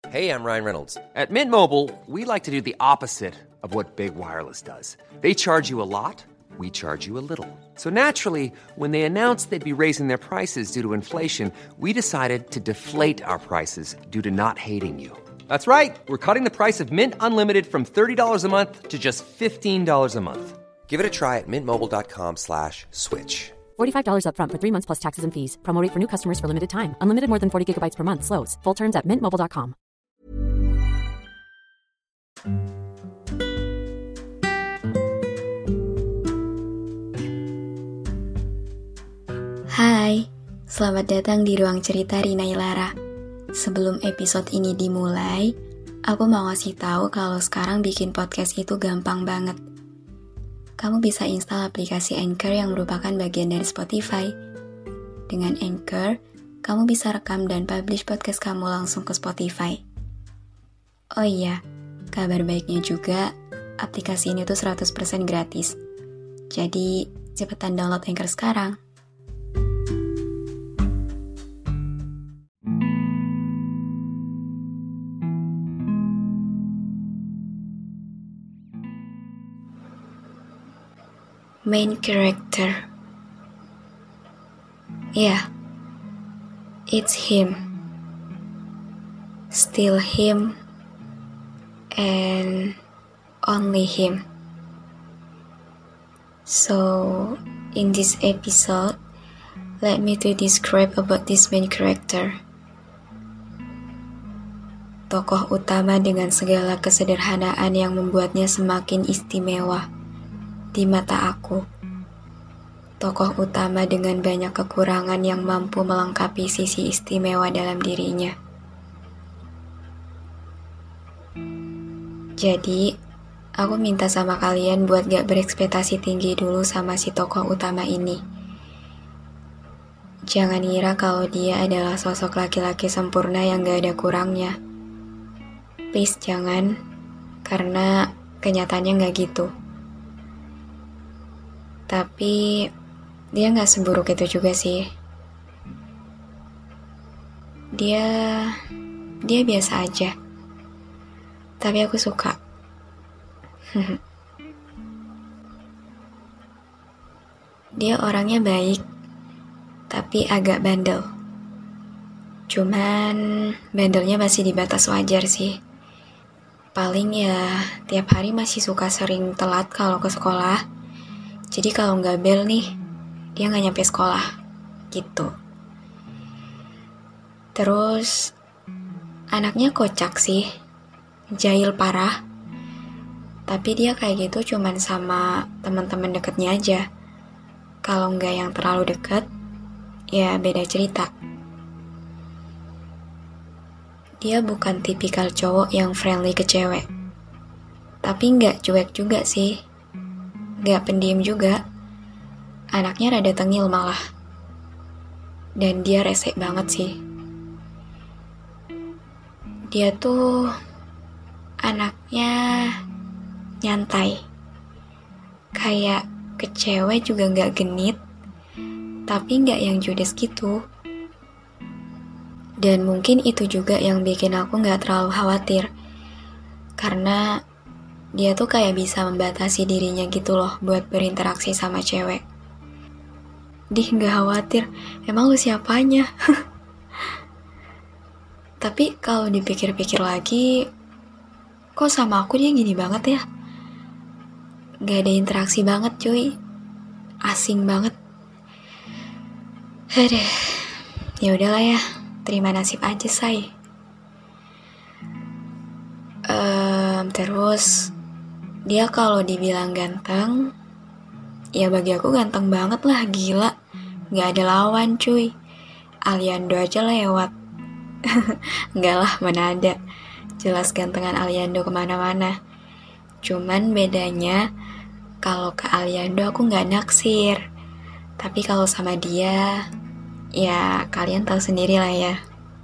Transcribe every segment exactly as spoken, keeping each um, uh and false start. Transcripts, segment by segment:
Hey, I'm Ryan Reynolds. At Mint Mobile, we like to do the opposite of what Big Wireless does. They charge you a lot, we charge you a little. So naturally, when they announced they'd be raising their prices due to inflation, we decided to deflate our prices due to not hating you. That's right. We're cutting the price of Mint Unlimited from thirty dollars a month to just fifteen dollars a month. Give it a try at mintmobile.com slash switch. forty-five dollars up front for three months plus taxes and fees. Promo rate for new customers for limited time. Unlimited more than forty gigabytes per month slows. Full terms at mint mobile dot com. Hai, selamat datang di Ruang Cerita Rina Ilara. Sebelum episode ini dimulai, aku mau ngasih tahu kalau sekarang bikin podcast itu gampang banget. Kamu bisa install aplikasi Anchor yang merupakan bagian dari Spotify. Dengan Anchor, kamu bisa rekam dan publish podcast kamu langsung ke Spotify. Oh iya, kabar baiknya juga, aplikasi ini tuh seratus persen gratis. Jadi, cepetan download Anchor sekarang. Main character. Yeah, it's him. Still him, and only him. So, in this episode, let me to describe about this main character. Tokoh utama dengan segala kesederhanaan yang membuatnya semakin istimewa di mata aku. Tokoh utama dengan banyak kekurangan yang mampu melengkapi sisi istimewa dalam dirinya. Jadi, aku minta sama kalian buat gak berekspektasi tinggi dulu sama si tokoh utama ini. Jangan ngira kalau dia adalah sosok laki-laki sempurna yang gak ada kurangnya. Please jangan, karena kenyataannya gak gitu. Tapi dia gak seburuk itu juga sih. Dia dia biasa aja. Tapi aku suka. Dia orangnya baik, tapi agak bandel. Cuman bandelnya masih di batas wajar sih. Paling ya tiap hari masih suka sering telat kalau ke sekolah. Jadi kalau nggak bel nih, dia nggak nyampe sekolah, gitu. Terus, anaknya kocak sih, jahil parah. Tapi dia kayak gitu cuman sama teman-teman deketnya aja. Kalau nggak yang terlalu deket, ya beda cerita. Dia bukan tipikal cowok yang friendly ke cewek. Tapi nggak cuek juga sih. Gak pendiam juga. Anaknya rada tengil malah. Dan dia resek banget sih. Dia tuh anaknya nyantai. Kayak ke cewek juga gak genit, tapi gak yang judes gitu. Dan mungkin itu juga yang bikin aku gak terlalu khawatir. Karena dia tuh kayak bisa membatasi dirinya gitu loh buat berinteraksi sama cewek. Dih, gak khawatir. Emang lu siapanya? Tapi kalau dipikir-pikir lagi, kok sama aku dia gini banget ya? Gak ada interaksi banget cuy. Asing banget. Aduh, ya udahlah ya. Terima nasib aja, say. Um, terus dia kalau dibilang ganteng, ya bagi aku ganteng banget lah, gila. Gak ada lawan cuy. Aliando aja lewat. Enggak lah, mana ada. Jelas gantengan Aliando kemana-mana. Cuman bedanya, kalau ke Aliando aku gak naksir. Tapi kalau sama dia, ya kalian tahu sendiri lah ya.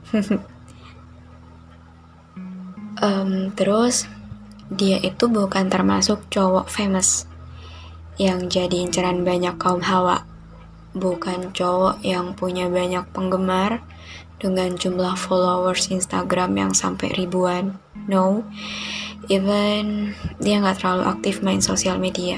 um, Terus dia itu bukan termasuk cowok famous yang jadi inceran banyak kaum hawa. Bukan cowok yang punya banyak penggemar dengan jumlah followers Instagram yang sampai ribuan. No, even dia nggak terlalu aktif main sosial media.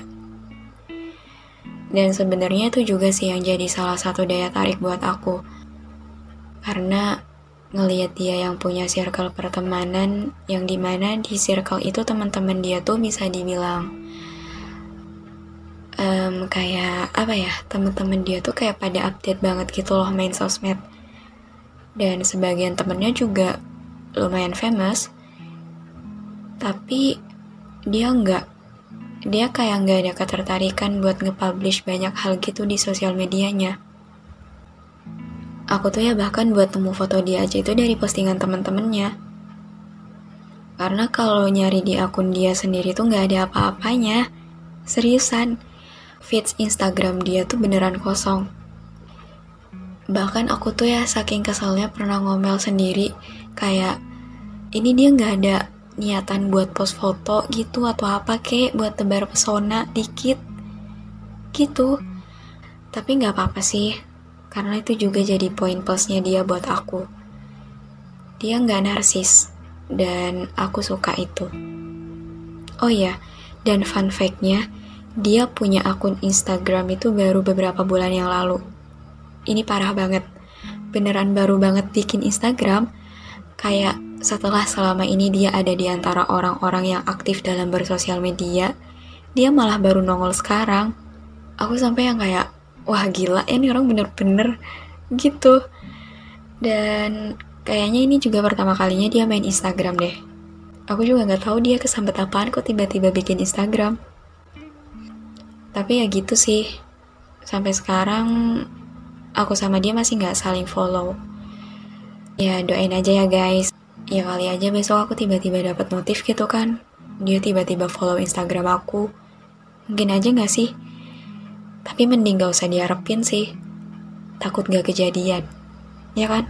Dan sebenarnya itu juga sih yang jadi salah satu daya tarik buat aku. Karena ngelihat dia yang punya circle pertemanan, yang dimana di circle itu teman-teman dia tuh bisa dibilang um, kayak apa ya, teman-teman dia tuh kayak pada update banget gitu loh main sosmed. Dan sebagian temennya juga lumayan famous, tapi dia nggak, dia kayak nggak ada ketertarikan buat nge-publish banyak hal gitu di sosial medianya. Aku tuh ya bahkan buat temu foto dia aja itu dari postingan teman-temannya. Karena kalau nyari di akun dia sendiri tuh nggak ada apa-apanya. Seriusan, feeds Instagram dia tuh beneran kosong. Bahkan aku tuh ya saking keselnya pernah ngomel sendiri, kayak ini dia nggak ada niatan buat post foto gitu atau apa kek buat tebar pesona dikit gitu. Tapi nggak apa-apa sih, karena itu juga jadi poin plusnya dia buat aku. Dia nggak narsis, dan aku suka itu. Oh ya, dan fun fact-nya, dia punya akun Instagram itu baru beberapa bulan yang lalu. Ini parah banget, beneran baru banget bikin Instagram. Kayak setelah selama ini dia ada di antara orang-orang yang aktif dalam bersosial media, dia malah baru nongol sekarang. Aku sampai yang kayak, wah gila, ini orang bener-bener gitu. Dan kayaknya ini juga pertama kalinya dia main Instagram deh. Aku juga gak tahu dia kesambet apaan kok tiba-tiba bikin Instagram. Tapi ya gitu sih. Sampai sekarang aku sama dia masih gak saling follow. Ya doain aja ya guys. Ya kali aja besok aku tiba-tiba dapat notif gitu kan, dia tiba-tiba follow Instagram aku. Mungkin aja gak sih? Tapi mending gak usah diharapin sih. Takut gak kejadian, ya kan?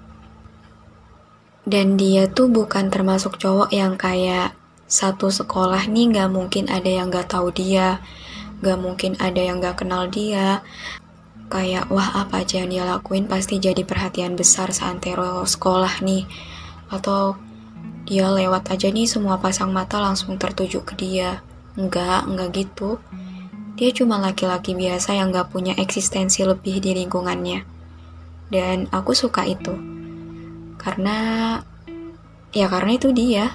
Dan dia tuh bukan termasuk cowok yang kayak satu sekolah nih gak mungkin ada yang gak tahu dia, gak mungkin ada yang gak kenal dia. Kayak wah apa aja yang dia lakuin pasti jadi perhatian besar seantero sekolah nih. Atau dia lewat aja nih semua pasang mata langsung tertuju ke dia. Enggak, enggak gitu. Dia cuma laki-laki biasa yang gak punya eksistensi lebih di lingkungannya. Dan aku suka itu. Karena, ya karena itu dia.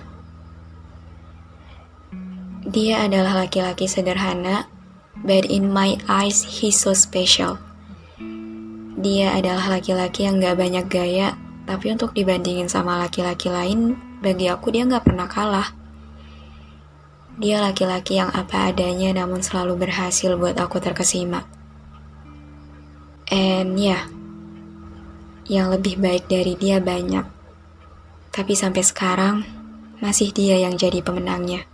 Dia adalah laki-laki sederhana, but in my eyes he's so special. Dia adalah laki-laki yang gak banyak gaya, tapi untuk dibandingin sama laki-laki lain, bagi aku dia gak pernah kalah. Dia laki-laki yang apa adanya namun selalu berhasil buat aku terkesima. And ya, yeah, yang lebih baik dari dia banyak. Tapi sampai sekarang, masih dia yang jadi pemenangnya.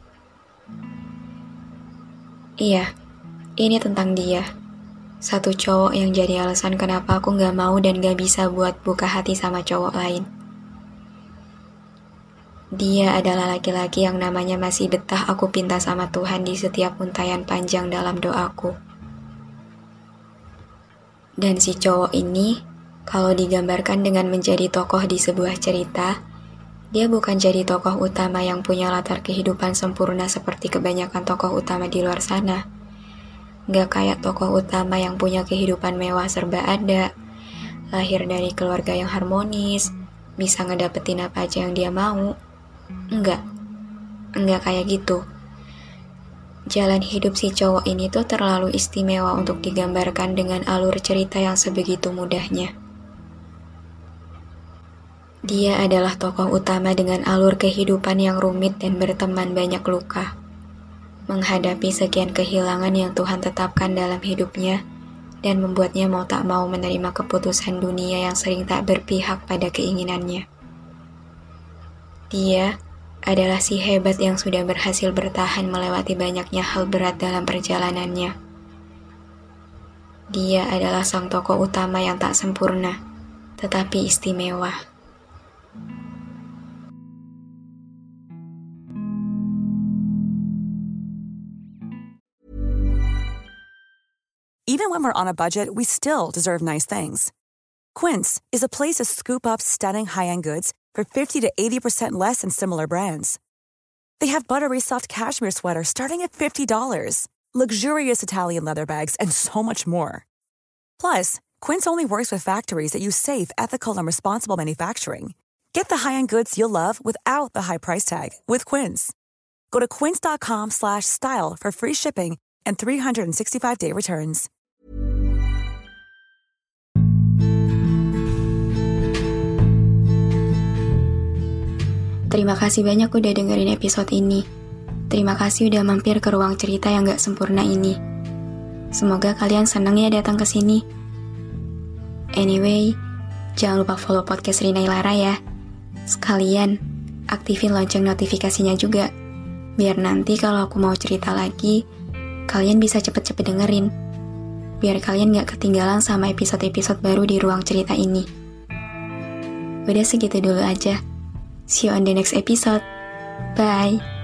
Iya, ini tentang dia. Satu cowok yang jadi alasan kenapa aku gak mau dan gak bisa buat buka hati sama cowok lain. Dia adalah laki-laki yang namanya masih betah aku pinta sama Tuhan di setiap untayan panjang dalam doaku. Dan si cowok ini, kalau digambarkan dengan menjadi tokoh di sebuah cerita, dia bukan jadi tokoh utama yang punya latar kehidupan sempurna seperti kebanyakan tokoh utama di luar sana. Gak kayak tokoh utama yang punya kehidupan mewah serba ada, lahir dari keluarga yang harmonis, bisa ngedapetin apa aja yang dia mau. Enggak, enggak kayak gitu. Jalan hidup si cowok ini tuh terlalu istimewa untuk digambarkan dengan alur cerita yang sebegitu mudahnya. Dia adalah tokoh utama dengan alur kehidupan yang rumit dan berteman banyak luka. Menghadapi sekian kehilangan yang Tuhan tetapkan dalam hidupnya dan membuatnya mau tak mau menerima keputusan dunia yang sering tak berpihak pada keinginannya. Dia adalah si hebat yang sudah berhasil bertahan melewati banyaknya hal berat dalam perjalanannya. Dia adalah sang tokoh utama yang tak sempurna, tetapi istimewa. Even when we're on a budget, we still deserve nice things. Quince is a place to scoop up stunning high-end goods for fifty to eighty percent less than similar brands. They have buttery soft cashmere sweaters starting at fifty dollars, luxurious Italian leather bags, and so much more. Plus, Quince only works with factories that use safe, ethical, and responsible manufacturing. Get the high-end goods you'll love without the high price tag with Quince. Go to quince.com slash style for free shipping and three sixty-five day returns. Terima kasih banyak udah dengerin episode ini. Terima kasih udah mampir ke ruang cerita yang gak sempurna ini. Semoga kalian seneng ya datang ke sini. Anyway, jangan lupa follow podcast Rina Ilara ya. Sekalian, aktifin lonceng notifikasinya juga. Biar nanti kalau aku mau cerita lagi, kalian bisa cepet-cepet dengerin. Biar kalian gak ketinggalan sama episode-episode baru di ruang cerita ini. Udah segitu dulu aja. See you on the next episode. Bye.